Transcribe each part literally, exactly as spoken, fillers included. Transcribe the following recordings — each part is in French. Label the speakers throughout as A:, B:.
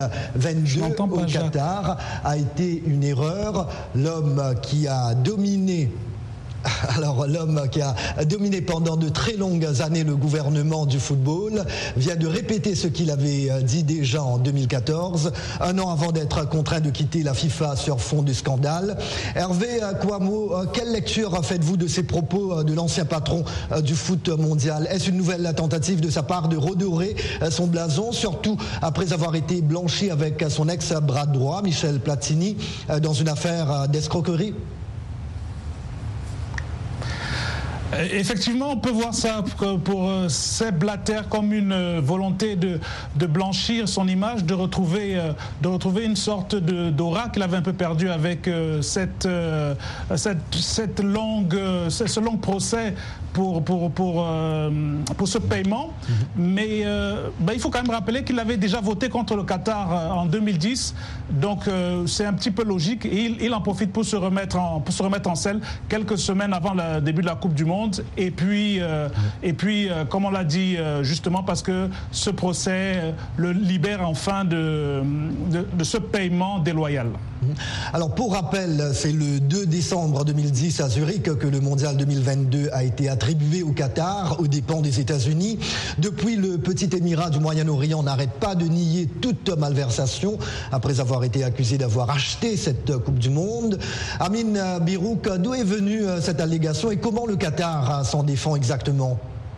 A: vingt-deux au Qatar a été une erreur. L'homme qui a dominé Alors, l'homme qui a dominé pendant de très longues années le gouvernement du football vient de répéter ce qu'il avait dit déjà en deux mille quatorze, un an avant d'être contraint de quitter la FIFA sur fond de scandale. Hervé Kouamouo, quelle lecture faites-vous de ces propos de l'ancien patron du foot mondial? Est-ce une nouvelle tentative de sa part de redorer son blason, surtout après avoir été blanchi avec son ex-bras droit, Michel Platini, dans une affaire d'escroquerie?
B: Effectivement, on peut voir ça pour Sepp Blatter comme une volonté de, de blanchir son image, de retrouver, de retrouver une sorte de, d'aura qu'il avait un peu perdu avec cette, cette, cette longue, ce long procès pour, pour, pour, pour ce paiement. Mais euh, ben, il faut quand même rappeler qu'il avait déjà voté contre le Qatar en deux mille dix, donc euh, c'est un petit peu logique. Et il, il en profite pour se remettre en, pour se remettre en selle quelques semaines avant le début de la Coupe du Monde. Et puis, euh, et puis euh, comme on l'a dit euh, justement, parce que ce procès euh, le libère enfin de, de, de ce paiement déloyal.
A: Alors pour rappel, c'est le deux décembre deux mille dix à Zurich que le Mondial deux mille vingt-deux a été attribué au Qatar aux dépens des États-Unis. Depuis, le petit émirat du Moyen-Orient n'arrête pas de nier toute malversation après avoir été accusé d'avoir acheté cette Coupe du Monde. Amin Birouk, d'où est venue cette allégation et comment le Qatar s'en défend exactement?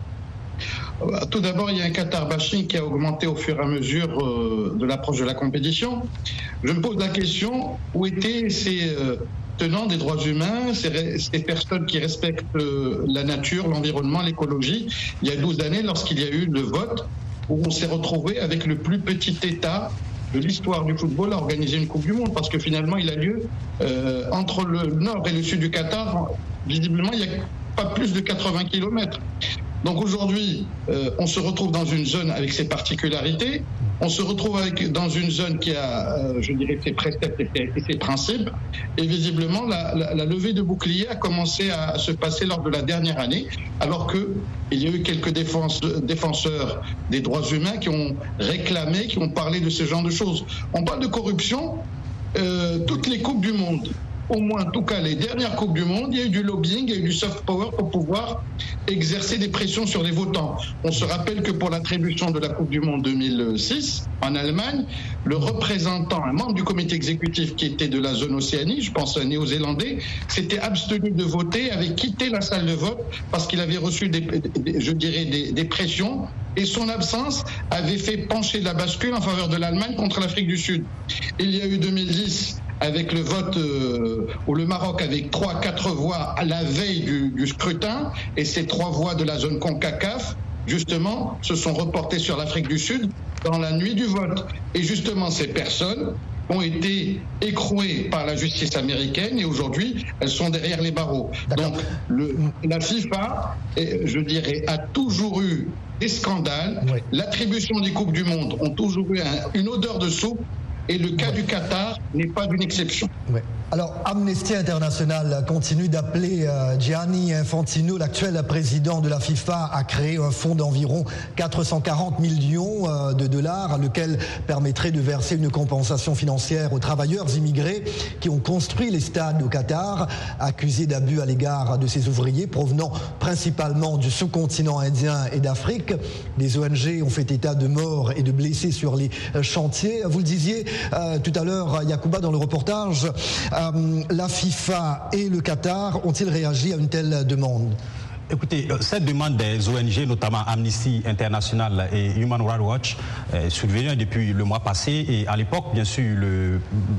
C: Tout d'abord, il y a un Qatar bashing qui a augmenté au fur et à mesure euh, de l'approche de la compétition. Je me pose la question, où étaient ces euh, tenants des droits humains, ces, ces personnes qui respectent euh, la nature, l'environnement, l'écologie, il y a douze années, lorsqu'il y a eu le vote, où on s'est retrouvé avec le plus petit État de l'histoire du football à organiser une Coupe du Monde, parce que finalement, il a lieu euh, entre le nord et le sud du Qatar. Visiblement, il n'y a pas plus de quatre-vingts kilomètres. Donc aujourd'hui, euh, on se retrouve dans une zone avec ses particularités, on se retrouve avec, dans une zone qui a, euh, je dirais, ses préceptes et ses, et ses principes, et visiblement, la, la, la levée de bouclier a commencé à, à se passer lors de la dernière année, alors qu'il y a eu quelques défense, défenseurs des droits humains qui ont réclamé, qui ont parlé de ce genre de choses. On parle de corruption, euh, toutes les Coupes du Monde, au moins, en tout cas, les dernières Coupes du Monde, il y a eu du lobbying, il y a eu du soft power pour pouvoir exercer des pressions sur les votants. On se rappelle que pour l'attribution de la Coupe du Monde deux mille six, en Allemagne, le représentant, un membre du comité exécutif qui était de la zone Océanie, je pense un néo-zélandais, s'était abstenu de voter, avait quitté la salle de vote parce qu'il avait reçu, des, des, je dirais, des, des pressions, et son absence avait fait pencher la bascule en faveur de l'Allemagne contre l'Afrique du Sud. Il y a eu deux mille dix avec le vote euh, où le Maroc avec trois, quatre voix à la veille du, du scrutin, et ces trois voix de la zone CONCACAF, justement, se sont reportées sur l'Afrique du Sud dans la nuit du vote. Et justement, ces personnes ont été écrouées par la justice américaine et aujourd'hui, elles sont derrière les barreaux. Donc, le, la FIFA, je dirais, a toujours eu des scandales. Oui. L'attribution des Coupes du Monde ont toujours eu un, une odeur de soupe. Et le cas ouais. du Qatar n'est pas d'une exception.
A: Ouais. Alors, Amnesty International continue d'appeler euh, Gianni Infantino, l'actuel président de la FIFA, à créer un fonds d'environ quatre cent quarante millions euh, de dollars, lequel permettrait de verser une compensation financière aux travailleurs immigrés qui ont construit les stades au Qatar, accusés d'abus à l'égard de ces ouvriers provenant principalement du sous-continent indien et d'Afrique. Des O N G ont fait état de morts et de blessés sur les chantiers. Vous le disiez Euh, tout à l'heure, Yacouba, dans le reportage, euh, la FIFA et le Qatar ont-ils réagi à une telle demande?
D: Écoutez, cette demande des O N G, notamment Amnesty International et Human Rights Watch, est survenue depuis le mois passé. Et à l'époque, bien sûr, le,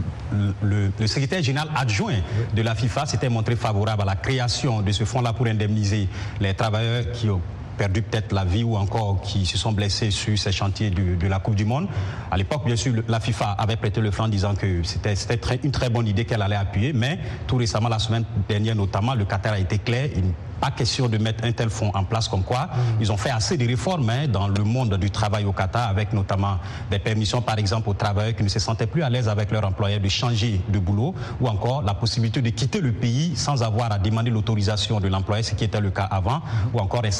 D: le, le secrétaire général adjoint de la FIFA s'était montré favorable à la création de ce fonds-là pour indemniser les travailleurs qui ont perdu peut-être la vie ou encore qui se sont blessés sur ces chantiers de, de la Coupe du Monde. À l'époque, bien sûr, la FIFA avait prêté le flanc en disant que c'était, c'était très, une très bonne idée qu'elle allait appuyer, mais tout récemment, la semaine dernière notamment, le Qatar a été clair. Il pas question de mettre un tel fonds en place comme quoi. Mmh. Ils ont fait assez de réformes hein, dans le monde du travail au Qatar, avec notamment des permissions, par exemple, aux travailleurs qui ne se sentaient plus à l'aise avec leur employeur de changer de boulot, ou encore la possibilité de quitter le pays sans avoir à demander l'autorisation de l'employeur, ce qui était le cas avant, mmh. ou encore un salaire minimum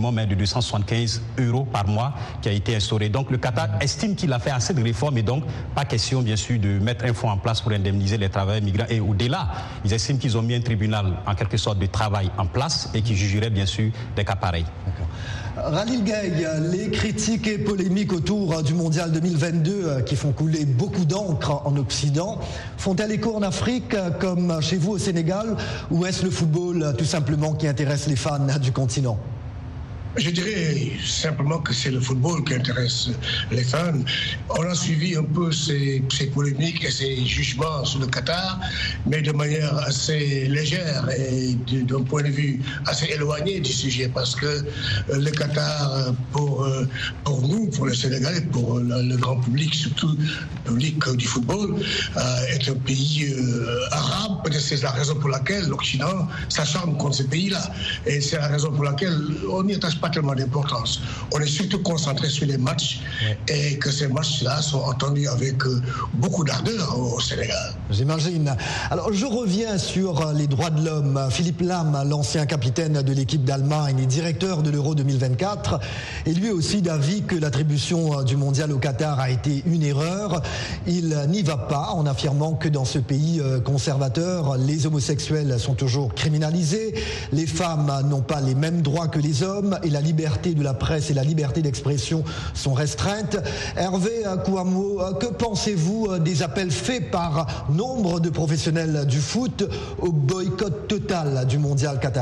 D: minimum de deux cent soixante-quinze euros par mois qui a été instauré. Donc le Qatar estime qu'il a fait assez de réformes et donc pas question bien sûr de mettre un fonds en place pour indemniser les travailleurs migrants. Et au-delà, ils estiment qu'ils ont mis un tribunal en quelque sorte de travail en place et qui jugerait bien sûr des cas pareils.
A: Khalil Gueye, les critiques et polémiques autour du Mondial deux mille vingt-deux qui font couler beaucoup d'encre en Occident, font-elles écho en Afrique comme chez vous au Sénégal, ou est-ce le football tout simplement qui intéresse les fans du continent ?
E: Je dirais simplement que c'est le football qui intéresse les fans. On a suivi un peu ces, ces polémiques et ces jugements sur le Qatar, mais de manière assez légère et d'un point de vue assez éloigné du sujet, parce que le Qatar, pour, pour nous, pour les Sénégalais, pour le, le grand public, surtout le public du football, est un pays arabe. Peut-être c'est la raison pour laquelle l'Occident s'acharne contre ce pays-là. Et c'est la raison pour laquelle on y attache pas tellement d'importance. On est surtout concentré sur les matchs et que ces matchs-là sont entendus avec beaucoup d'ardeur au Sénégal.
A: J'imagine. Alors, je reviens sur les droits de l'homme. Philippe Lam, l'ancien capitaine de l'équipe d'Allemagne et directeur de l'Euro deux mille vingt-quatre, est lui aussi d'avis que l'attribution du mondial au Qatar a été une erreur. Il n'y va pas en affirmant que dans ce pays conservateur, les homosexuels sont toujours criminalisés, les femmes n'ont pas les mêmes droits que les hommes et la liberté de la presse et la liberté d'expression sont restreintes. Hervé Kouamouo, que pensez-vous des appels faits par nombre de professionnels du foot au boycott total du mondial qatari ?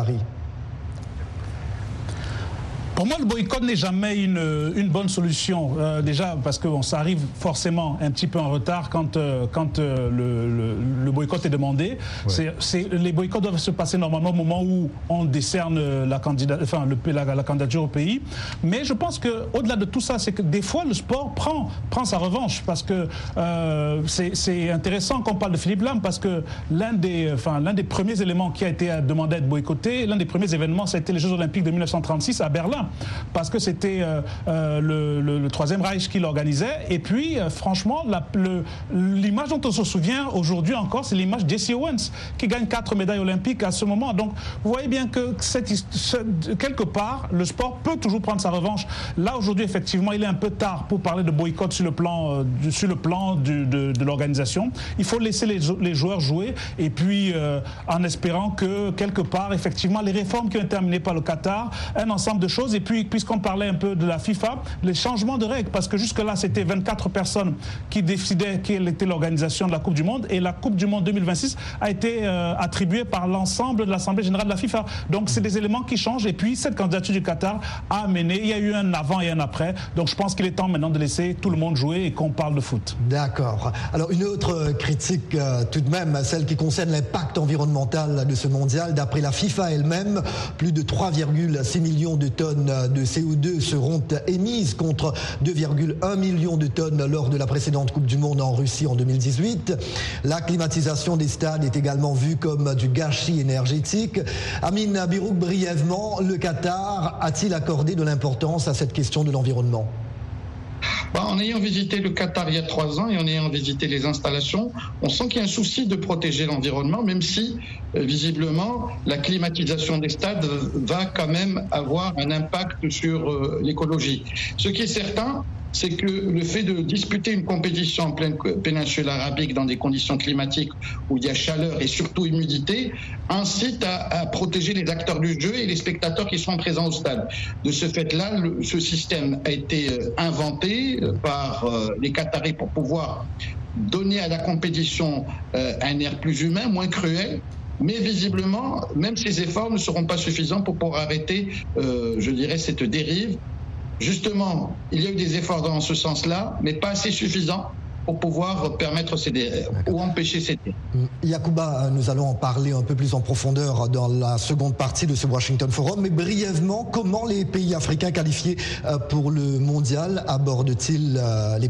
B: Pour moi, le boycott n'est jamais une, une bonne solution. Euh, déjà, parce que bon, ça arrive forcément un petit peu en retard quand, euh, quand euh, le, le, le boycott est demandé. Ouais. C'est, c'est, les boycotts doivent se passer normalement au moment où on décerne la, candidat, enfin, le, la, la candidature au pays. Mais je pense qu'au-delà de tout ça, c'est que des fois, le sport prend, prend sa revanche. Parce que euh, c'est, c'est intéressant qu'on parle de Philippe Lam, parce que l'un des, enfin, l'un des premiers éléments qui a été demandé à être boycotté, l'un des premiers événements, ça a été les Jeux Olympiques de mille neuf cent trente-six à Berlin. Parce que c'était euh, euh, le, le, le Troisième Reich qui l'organisait. Et puis, euh, franchement, la, le, l'image dont on se souvient aujourd'hui encore, c'est l'image de Jesse Owens, qui gagne quatre médailles olympiques à ce moment. Donc, vous voyez bien que cette, ce, quelque part, le sport peut toujours prendre sa revanche. Là, aujourd'hui, effectivement, il est un peu tard pour parler de boycott sur le plan, euh, du, sur le plan du, de, de l'organisation. Il faut laisser les, les joueurs jouer. Et puis, euh, en espérant que, quelque part, effectivement, les réformes qui ont été amenées par le Qatar, un ensemble de choses. Et puis, puisqu'on parlait un peu de la FIFA, les changements de règles, parce que jusque-là, c'était vingt-quatre personnes qui décidaient quelle était l'organisation de la Coupe du Monde, et la Coupe du Monde deux mille vingt-six a été euh, attribuée par l'ensemble de l'Assemblée générale de la FIFA. Donc, c'est des éléments qui changent, et puis cette candidature du Qatar a amené, il y a eu un avant et un après, donc je pense qu'il est temps maintenant de laisser tout le monde jouer et qu'on parle de foot.
A: D'accord. Alors, une autre critique, euh, tout de même, celle qui concerne l'impact environnemental de ce mondial. D'après la FIFA elle-même, plus de trois virgule six millions de tonnes de C O deux seront émises contre deux virgule un millions de tonnes lors de la précédente Coupe du Monde en Russie en deux mille dix-huit. La climatisation des stades est également vue comme du gâchis énergétique. Amine Birouk, brièvement, le Qatar a-t-il accordé de l'importance à cette question de l'environnement ?
C: Bah, en ayant visité le Qatar il y a trois ans et en ayant visité les installations, on sent qu'il y a un souci de protéger l'environnement, même si, euh, visiblement, la climatisation des stades va quand même avoir un impact sur euh, l'écologie. Ce qui est certain, c'est que le fait de disputer une compétition en pleine péninsule arabique dans des conditions climatiques où il y a chaleur et surtout humidité incite à, à protéger les acteurs du jeu et les spectateurs qui sont présents au stade. De ce fait-là, le, ce système a été inventé par euh, les Qataris pour pouvoir donner à la compétition euh, un air plus humain, moins cruel. Mais visiblement, même ces efforts ne seront pas suffisants pour pouvoir arrêter, euh, je dirais, cette dérive. Justement, il y a eu des efforts dans ce sens-là, mais pas assez suffisants pour pouvoir permettre ces dérives ou empêcher ces dérives.
A: Yacouba, nous allons en parler un peu plus en profondeur dans la seconde partie de ce Washington Forum, mais brièvement, comment les pays africains qualifiés pour le mondial abordent-ils l'épreuve ?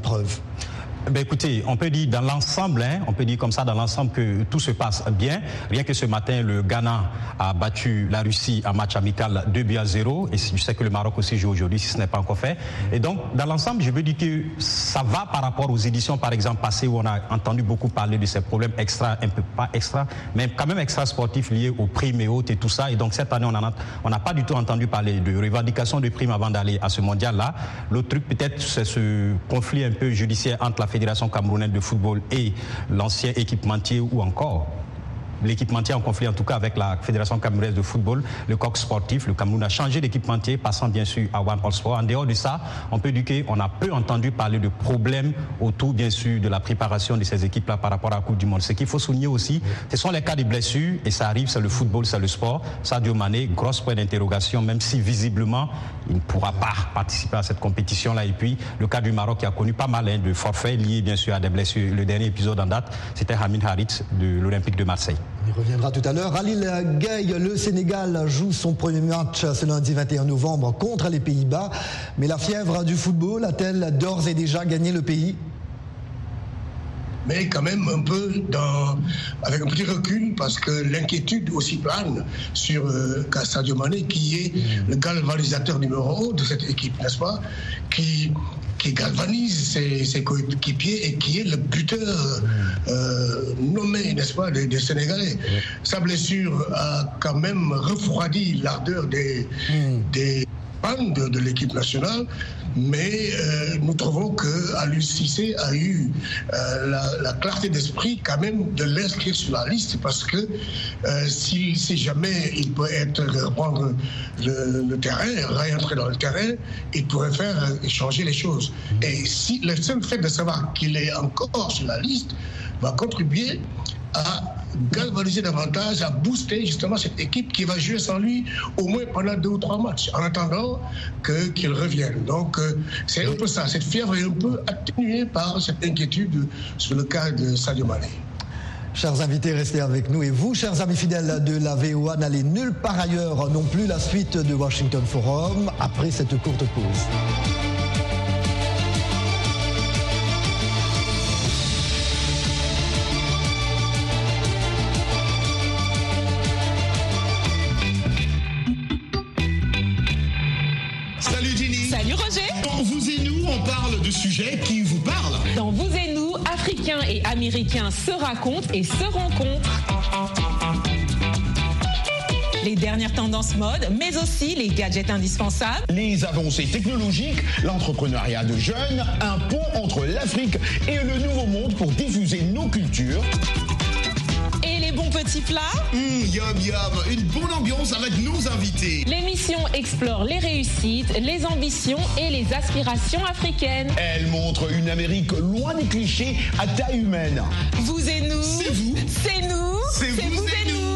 D: Ben écoutez, on peut dire dans l'ensemble, hein, on peut dire comme ça dans l'ensemble que tout se passe bien. Rien que ce matin, le Ghana a battu la Russie en match amical deux buts à zéro. Et je sais que le Maroc aussi joue aujourd'hui, si ce n'est pas encore fait. Et donc, dans l'ensemble, je veux dire que ça va par rapport aux éditions, par exemple, passées où on a entendu beaucoup parler de ces problèmes extra, un peu pas extra, mais quand même extra sportifs liés aux primes et autres et tout ça. Et donc, cette année, on n'a pas du tout entendu parler de revendication de primes avant d'aller à ce mondial-là. L'autre truc, peut-être, c'est ce conflit un peu judiciaire entre la Fédération camerounaise de football et l'ancien équipementier ou encore l'équipementier en conflit en tout cas avec la Fédération camerounaise de football, le coq sportif. Le Cameroun a changé d'équipementier, passant bien sûr à One All Sport. En dehors de ça, on peut dire qu'on a peu entendu parler de problèmes autour bien sûr de la préparation de ces équipes-là par rapport à la Coupe du Monde. Ce qu'il faut souligner aussi, ce sont les cas de blessures et ça arrive, c'est le football, c'est le sport. Sadio Mané, grosse point d'interrogation, même si visiblement il ne pourra pas participer à cette compétition-là. Et puis le cas du Maroc qui a connu pas mal hein, de forfaits liés bien sûr à des blessures. Le dernier épisode en date, c'était Hamid Harit de l'Olympique de Marseille.
A: On y reviendra tout à l'heure. Khalil Gueye, le Sénégal joue son premier match ce lundi vingt et un novembre contre les Pays-Bas. Mais la fièvre du football a-t-elle d'ores et déjà gagné le pays ?
E: Mais quand même un peu dans, avec un petit recul parce que l'inquiétude aussi plane sur euh, Sadio Mané qui est le galvanisateur numéro un de cette équipe, n'est-ce pas, qui, qui galvanise ses, ses coéquipiers et qui est le buteur euh, nommé, n'est-ce pas, des, des Sénégalais. Sa blessure a quand même refroidi l'ardeur des, mm. des fans de, de l'équipe nationale. Mais euh, nous trouvons que Aliou Cissé a eu euh, la, la clarté d'esprit quand même de l'inscrire sur la liste parce que euh, si, si jamais il peut être reprendre le, le terrain, réentrer dans le terrain, il pourrait faire euh, changer les choses. Et si le seul fait de savoir qu'il est encore sur la liste va contribuer à galvaniser davantage, à booster justement cette équipe qui va jouer sans lui au moins pendant deux ou trois matchs, en attendant que, qu'il revienne. Donc euh, c'est un peu ça, cette fièvre est un peu atténuée par cette inquiétude sur le cas de Sadio Mané.
A: Chers invités, restez avec nous. Et vous, chers amis fidèles de la V O A, n'allez nulle part ailleurs non plus. La suite de Washington Forum après cette courte pause.
F: Sujets qui vous parlent.
G: Dans Vous et Nous, Africains et Américains se racontent et se rencontrent. Les dernières tendances mode, mais aussi les gadgets indispensables.
F: Les avancées technologiques, l'entrepreneuriat de jeunes, un pont entre l'Afrique et le Nouveau Monde pour diffuser nos cultures.
G: Et les bons petits plats.
F: Mmh, yum yum, une bonne ambiance avec nos invités.
G: L'émission explore les réussites, les ambitions et les aspirations africaines.
F: Elle montre une Amérique loin des clichés à taille humaine.
G: Vous et nous.
F: C'est vous.
G: C'est nous.
F: C'est, c'est vous, vous et nous. nous.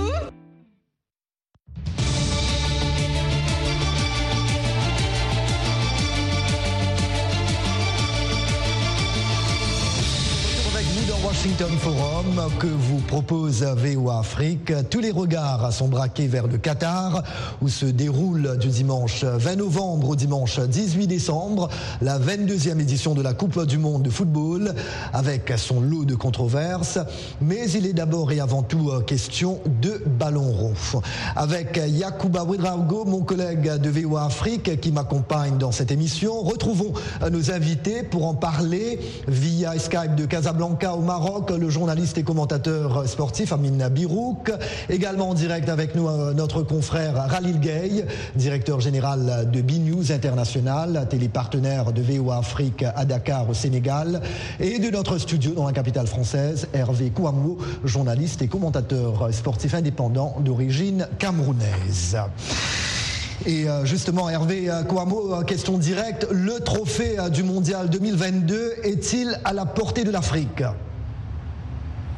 A: Washington Forum que vous propose V O A Afrique. Tous les regards sont braqués vers le Qatar où se déroule du dimanche vingt novembre au dimanche dix-huit décembre la vingt-deuxième édition de la Coupe du Monde de football avec son lot de controverses. Mais il est d'abord et avant tout question de ballon rond. Avec Yacouba Ouedraogo, mon collègue de V O A Afrique qui m'accompagne dans cette émission, retrouvons nos invités pour en parler via Skype de Casablanca au Maroc, le journaliste et commentateur sportif Amin Birouk. Également en direct avec nous notre confrère Khalil Gueye, directeur général de B-News International, télépartenaire de V O A Afrique à Dakar au Sénégal. Et de notre studio dans la capitale française, Hervé Kouamouo, journaliste et commentateur sportif indépendant d'origine camerounaise. Et justement, Hervé Kouamouo, question directe, le trophée du mondial deux mille vingt-deux est-il à la portée de l'Afrique ?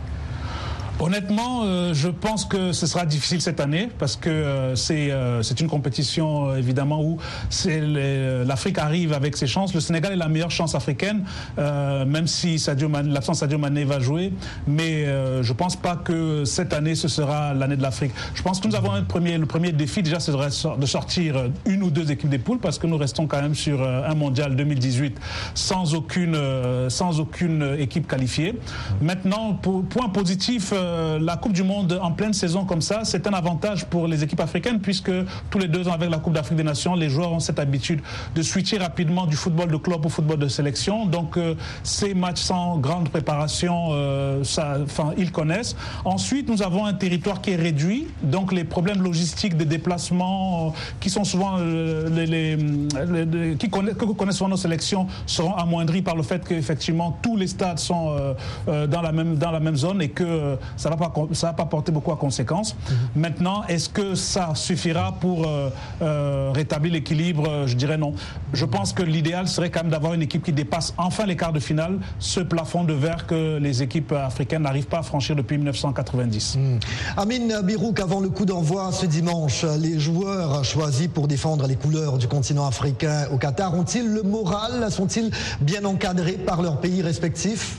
B: Honnêtement, euh, je pense que ce sera difficile cette année parce que euh, c'est euh, c'est une compétition euh, évidemment où c'est les, l'Afrique arrive avec ses chances. Le Sénégal est la meilleure chance africaine, euh, même si Sadio Mané, l'absence Sadio Mané va jouer. Mais euh, je pense pas que cette année ce sera l'année de l'Afrique. Je pense que nous avons un premier, le premier défi déjà, ce serait de sortir une ou deux équipes des poules parce que nous restons quand même sur un mondial deux mille dix-huit sans aucune euh, sans aucune équipe qualifiée. Maintenant, pour, point positif. Euh, la Coupe du Monde en pleine saison comme ça, c'est un avantage pour les équipes africaines puisque tous les deux ans avec la Coupe d'Afrique des Nations, les joueurs ont cette habitude de switcher rapidement du football de club au football de sélection. Donc euh, ces matchs sans grande préparation, euh, ça, enfin, ils connaissent. Ensuite, nous avons un territoire qui est réduit, donc les problèmes logistiques de déplacement euh, qui sont souvent euh, les, les, les, les, qui connaissent, que connaissent souvent nos sélections seront amoindris par le fait qu'effectivement tous les stades sont euh, euh, dans la même dans la même zone et que euh, ça va pas ça va pas porter beaucoup à conséquences. Mm-hmm. Maintenant, est-ce que ça suffira pour euh, euh, rétablir l'équilibre? Je dirais non. Je pense que l'idéal serait quand même d'avoir une équipe qui dépasse enfin les quarts de finale, ce plafond de verre que les équipes africaines n'arrivent pas à franchir depuis dix-neuf cent quatre-vingt-dix. Mm.
A: Amine Birouk, avant le coup d'envoi ce dimanche, les joueurs choisis pour défendre les couleurs du continent africain au Qatar ont-ils le moral? Sont-ils bien encadrés par leurs pays respectifs?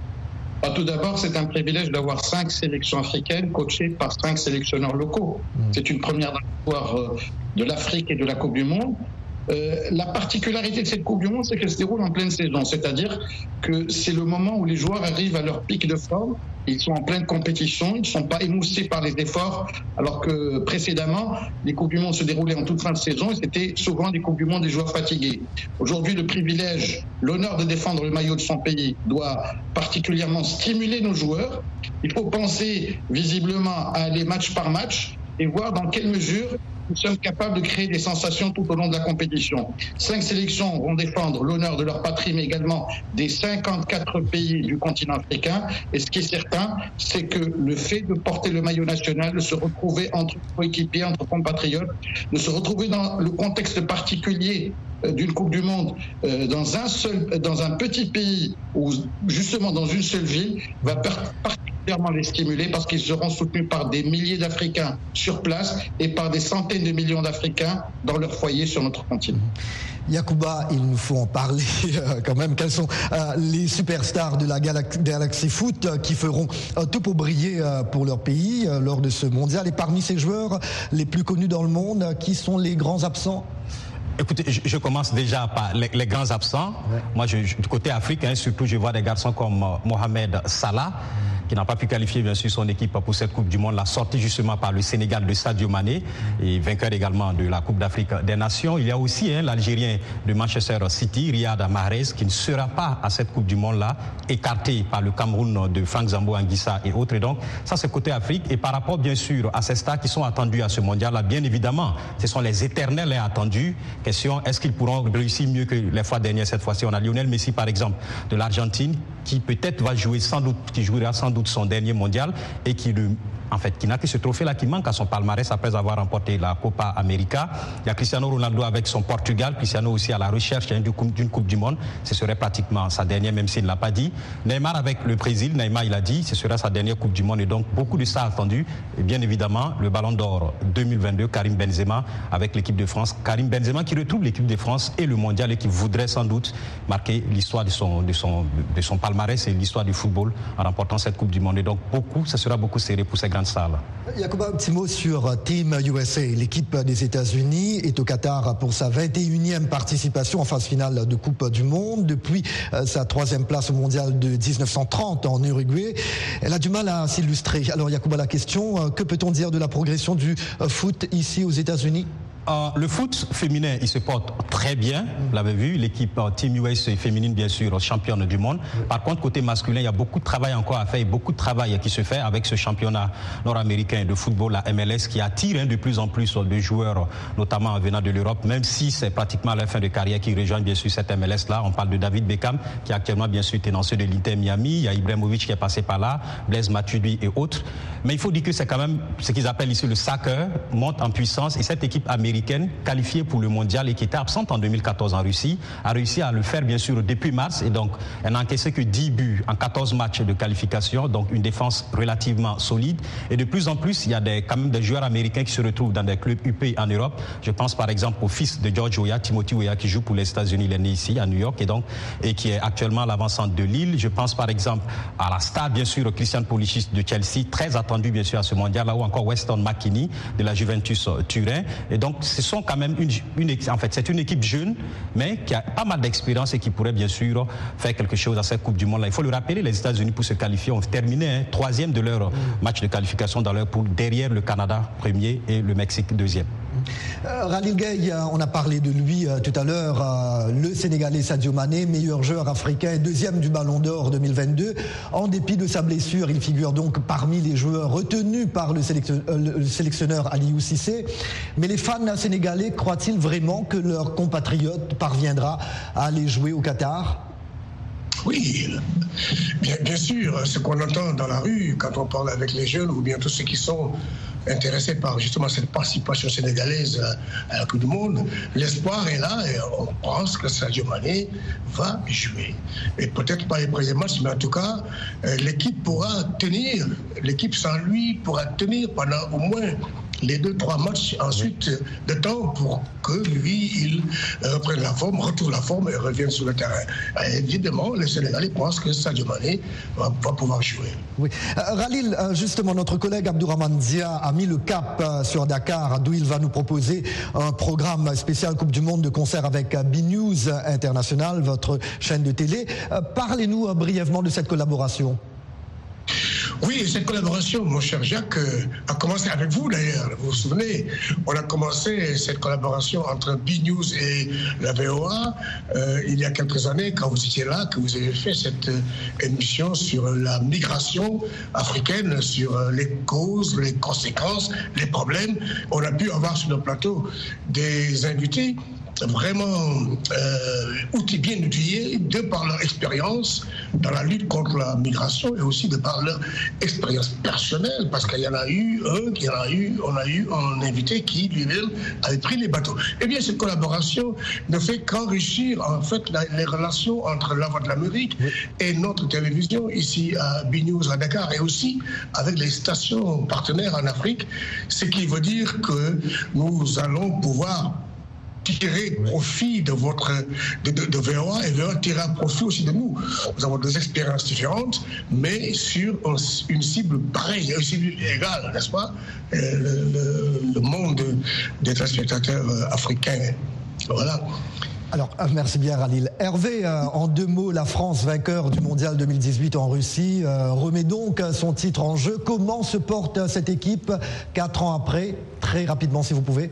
C: Tout d'abord, c'est un privilège d'avoir cinq sélections africaines coachées par cinq sélectionneurs locaux. Mmh. C'est une première dans l'histoire de l'Afrique et de la Coupe du Monde. Euh, la particularité de cette Coupe du Monde, c'est qu'elle se déroule en pleine saison. C'est-à-dire que c'est le moment où les joueurs arrivent à leur pic de forme. Ils sont en pleine compétition, ils ne sont pas émoussés par les efforts, alors que précédemment, les Coupes du Monde se déroulaient en toute fin de saison et c'était souvent des Coupes du Monde des joueurs fatigués. Aujourd'hui, le privilège, l'honneur de défendre le maillot de son pays doit particulièrement stimuler nos joueurs. Il faut penser visiblement à aller match par match et voir dans quelle mesure nous sommes capables de créer des sensations tout au long de la compétition. Cinq sélections vont défendre l'honneur de leur patrie, mais également des cinquante-quatre pays du continent africain. Et ce qui est certain, c'est que le fait de porter le maillot national, de se retrouver entre coéquipiers, entre compatriotes, de se retrouver dans le contexte particulier d'une Coupe du Monde euh, dans un seul, dans un petit pays ou justement dans une seule ville, va particulièrement les stimuler parce qu'ils seront soutenus par des milliers d'Africains sur place et par des centaines de millions d'Africains dans leur foyer sur notre continent.
A: Yacouba, il nous faut en parler euh, quand même. Quels sont euh, les superstars de la Galaxy, Galaxy Foot euh, qui feront euh, tout pour briller euh, pour leur pays euh, lors de ce mondial? Et parmi ces joueurs les plus connus dans le monde, euh, qui sont les grands absents?
D: Écoutez, je, je commence déjà par les, les grands absents. Ouais. Moi, je, je, du côté africain, surtout, je vois des garçons comme euh, Mohamed Salah, qui n'a pas pu qualifier bien sûr son équipe pour cette Coupe du Monde, la sortie justement par le Sénégal de Sadio Mané, et vainqueur également de la Coupe d'Afrique des Nations. Il y a aussi hein, l'Algérien de Manchester City, Riyad Mahrez, qui ne sera pas à cette Coupe du Monde-là, écarté par le Cameroun de Franck Zambo Anguissa et autres. Et donc, ça c'est côté Afrique. Et par rapport bien sûr à ces stars qui sont attendus à ce mondial-là, bien évidemment, ce sont les éternels attendus. Question, est-ce qu'ils pourront réussir mieux que les fois dernières? Cette fois-ci, on a Lionel Messi par exemple de l'Argentine, qui peut-être va jouer sans doute, qui jouera sans doute son dernier mondial et qui le en fait, qui n'a que ce trophée-là qui manque à son palmarès après avoir remporté la Copa América. Il y a Cristiano Ronaldo avec son Portugal, Cristiano aussi à la recherche d'une Coupe du Monde. Ce serait pratiquement sa dernière, même s'il ne l'a pas dit. Neymar avec le Brésil, Neymar il a dit, ce sera sa dernière Coupe du Monde et donc beaucoup de ça attendu. Et bien évidemment, le Ballon d'Or deux mille vingt-deux, Karim Benzema avec l'équipe de France. Karim Benzema qui retrouve l'équipe de France et le mondial et qui voudrait sans doute marquer l'histoire de son, de son, de son palmarès et l'histoire du football en remportant cette Coupe du Monde. Et donc beaucoup, ça sera beaucoup serré pour ces grandes salles.
A: Yacouba, un petit mot sur Team U S A. L'équipe des États-Unis est au Qatar pour sa vingt et unième participation en phase finale de Coupe du Monde. Depuis euh, sa troisième place au mondial de dix-neuf cent trente en Uruguay, elle a du mal à s'illustrer. Alors Yacouba, la question, euh, que peut-on dire de la progression du euh, foot ici aux États-Unis?
D: Euh, le foot féminin, il se porte très bien, vous l'avez vu, l'équipe euh, Team U S A féminine, bien sûr, championne du monde. Par contre, côté masculin, il y a beaucoup de travail encore à faire et beaucoup de travail qui se fait avec ce championnat nord-américain de football, la M L S, qui attire hein, de plus en plus de joueurs, notamment venant de l'Europe, même si c'est pratiquement la fin de carrière qui rejoignent bien sûr cette M L S-là. On parle de David Beckham, qui est actuellement bien sûr ténancier de l'Inter Miami, il y a Ibrahimovic qui est passé par là, Blaise Matuidi et autres. Mais il faut dire que c'est quand même ce qu'ils appellent ici le soccer, monte en puissance et cette équipe américaine américaine qualifiée pour le mondial et qui était absente en deux mille quatorze en Russie, a réussi à le faire bien sûr depuis mars et donc elle n'a encaissé que dix buts en quatorze matchs de qualification, donc une défense relativement solide. Et de plus en plus, il y a des, quand même des joueurs américains qui se retrouvent dans des clubs U P en Europe. Je pense par exemple au fils de George Weah, Timothy Weah, qui joue pour les États-Unis, il est né ici à New York et donc et qui est actuellement à l'avant-centre de Lille. Je pense par exemple à la star bien sûr Christian Pulisic de Chelsea, très attendu bien sûr à ce mondial, là où encore Weston McKennie de la Juventus Turin. Et donc ce sont quand même une, une en fait c'est une équipe jeune mais qui a pas mal d'expérience et qui pourrait bien sûr faire quelque chose à cette Coupe du Monde là. Il faut le rappeler, les États-Unis pour se qualifier ont terminé hein, troisième de leur match de qualification dans leur poule, derrière le Canada premier et le Mexique deuxième.
A: Euh, Khalil Gueye, on a parlé de lui euh, tout à l'heure, euh, le Sénégalais Sadio Mané, meilleur joueur africain et deuxième du Ballon d'Or deux mille vingt-deux. En dépit de sa blessure, il figure donc parmi les joueurs retenus par le, sélection, euh, le sélectionneur Aliou Cissé. Mais les fans sénégalais croient-ils vraiment que leur compatriote parviendra à aller jouer au Qatar ?
E: Oui, bien, bien sûr, ce qu'on entend dans la rue quand on parle avec les jeunes ou bien tous ceux qui sont intéressés par justement cette participation sénégalaise à la Coupe du Monde, l'espoir est là et on pense que Sadio Mané va jouer. Et peut-être pas les premiers matchs, mais en tout cas, l'équipe pourra tenir, l'équipe sans lui pourra tenir pendant au moins les deux, trois matchs ensuite de temps pour que lui, il reprenne la forme, retrouve la forme et revienne sur le terrain. Et évidemment, les Sénégalais pensent que Sadio Mané va, va pouvoir jouer.
A: Oui. Euh, Khalil, euh, justement, notre collègue Abdourahmane Dia a mis le cap euh, sur Dakar, d'où il va nous proposer un programme spécial Coupe du Monde de concert avec euh, B News International, votre chaîne de télé. Euh, parlez-nous euh, brièvement de cette collaboration.
E: Oui, cette collaboration, mon cher Jacques, a commencé avec vous d'ailleurs. Vous vous souvenez, on a commencé cette collaboration entre B News et la V O A euh, il y a quelques années, quand vous étiez là, que vous avez fait cette émission sur la migration africaine, sur les causes, les conséquences, les problèmes. On a pu avoir sur le plateau des invités vraiment euh, outils bien outillés de par leur expérience dans la lutte contre la migration et aussi de par leur expérience personnelle, parce qu'il y en a eu un, il y en a eu, on a eu un invité qui lui-même avait pris les bateaux. Eh bien, cette collaboration ne fait qu'enrichir en fait la, les relations entre la Voix de l'Amérique et notre télévision ici à B News à Dakar et aussi avec les stations partenaires en Afrique, ce qui veut dire que nous allons pouvoir tirer profit de votre de, de, de V O A et V O A tirer profit aussi de nous. Nous avons des expériences différentes, mais sur un, une cible pareille, une cible égale, n'est-ce pas? Le, le, le monde des téléspectateurs africains. Voilà.
A: Alors, merci bien Khalil. Hervé, euh, en deux mots, la France, vainqueur du mondial deux mille dix-huit en Russie, euh, remet donc son titre en jeu. Comment se porte cette équipe quatre ans après? Très rapidement, si vous pouvez.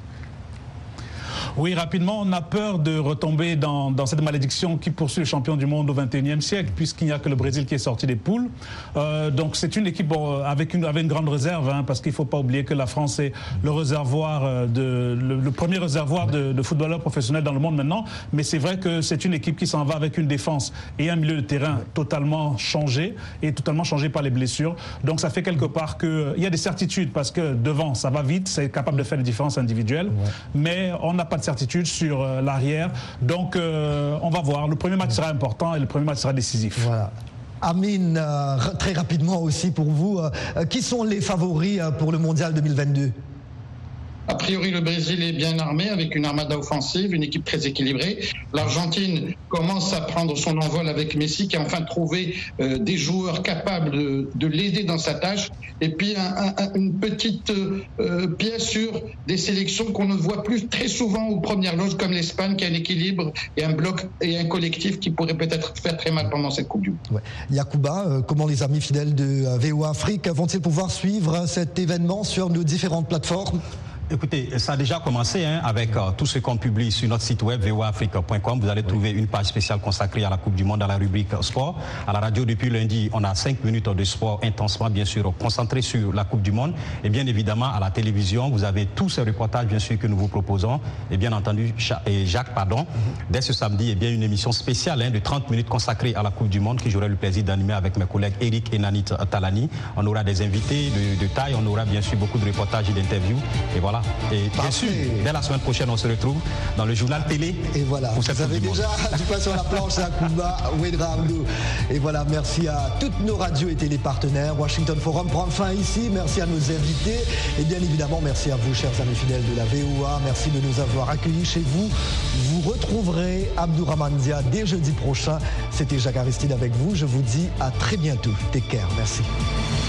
B: Oui, rapidement, on a peur de retomber dans, dans cette malédiction qui poursuit le champion du monde au vingt et unième siècle, puisqu'il n'y a que le Brésil qui est sorti des poules. Euh, donc c'est une équipe bon, avec, une, avec une grande réserve, hein, parce qu'il ne faut pas oublier que la France est le réservoir, de, le, le premier réservoir de, de footballeurs professionnels dans le monde maintenant. Mais c'est vrai que c'est une équipe qui s'en va avec une défense et un milieu de terrain totalement changé, et totalement changé par les blessures. Donc ça fait quelque part qu'il y a des certitudes, parce que devant, ça va vite, c'est capable de faire des différences individuelles, ouais. Mais on n'a pas de certitude sur euh, l'arrière. Donc, euh, on va voir. Le premier match sera important et le premier match sera décisif.
A: Voilà. Amine, euh, très rapidement aussi pour vous, euh, qui sont les favoris euh, pour le mondial deux mille vingt-deux?
C: A priori, le Brésil est bien armé avec une armada offensive, une équipe très équilibrée. L'Argentine commence à prendre son envol avec Messi, qui a enfin trouvé euh, des joueurs capables de, de l'aider dans sa tâche. Et puis un, un, une petite euh, pièce sur des sélections qu'on ne voit plus très souvent aux premières loges, comme l'Espagne, qui a un équilibre et un bloc et un collectif qui pourrait peut-être faire très mal pendant cette Coupe du Monde.
A: Ouais. Yacouba, euh, comment les amis fidèles de euh, V O A Afrique vont-ils pouvoir suivre cet événement sur nos différentes plateformes?
D: Écoutez, ça a déjà commencé hein, avec euh, tout ce qu'on publie sur notre site web v o a afrique point com. Vous allez trouver une page spéciale consacrée à la Coupe du Monde dans la rubrique sport. À la radio, depuis lundi, on a cinq minutes de sport intensement, bien sûr, concentré sur la Coupe du Monde. Et bien évidemment, à la télévision, vous avez tous ces reportages, bien sûr, que nous vous proposons. Et bien entendu, Jacques, pardon, dès ce samedi, et bien une émission spéciale hein, de trente minutes consacrée à la Coupe du Monde que j'aurai le plaisir d'animer avec mes collègues Eric et Nanit Talani. On aura des invités de, de taille, on aura bien sûr beaucoup de reportages et d'interviews. Et voilà. Voilà. Et bien sûr, dès la semaine prochaine, on se retrouve dans le journal télé.
A: Et voilà, vous avez déjà du pain sur la planche à Kumba, Ouedraogo. Et voilà, merci à toutes nos radios et télépartenaires. Washington Forum prend fin ici. Merci à nos invités. Et bien évidemment, merci à vous, chers amis fidèles de la V O A. Merci de nous avoir accueillis chez vous. Vous retrouverez Abdourahmane Dia dès jeudi prochain. C'était Jacques Aristide avec vous. Je vous dis à très bientôt. Take care. Merci.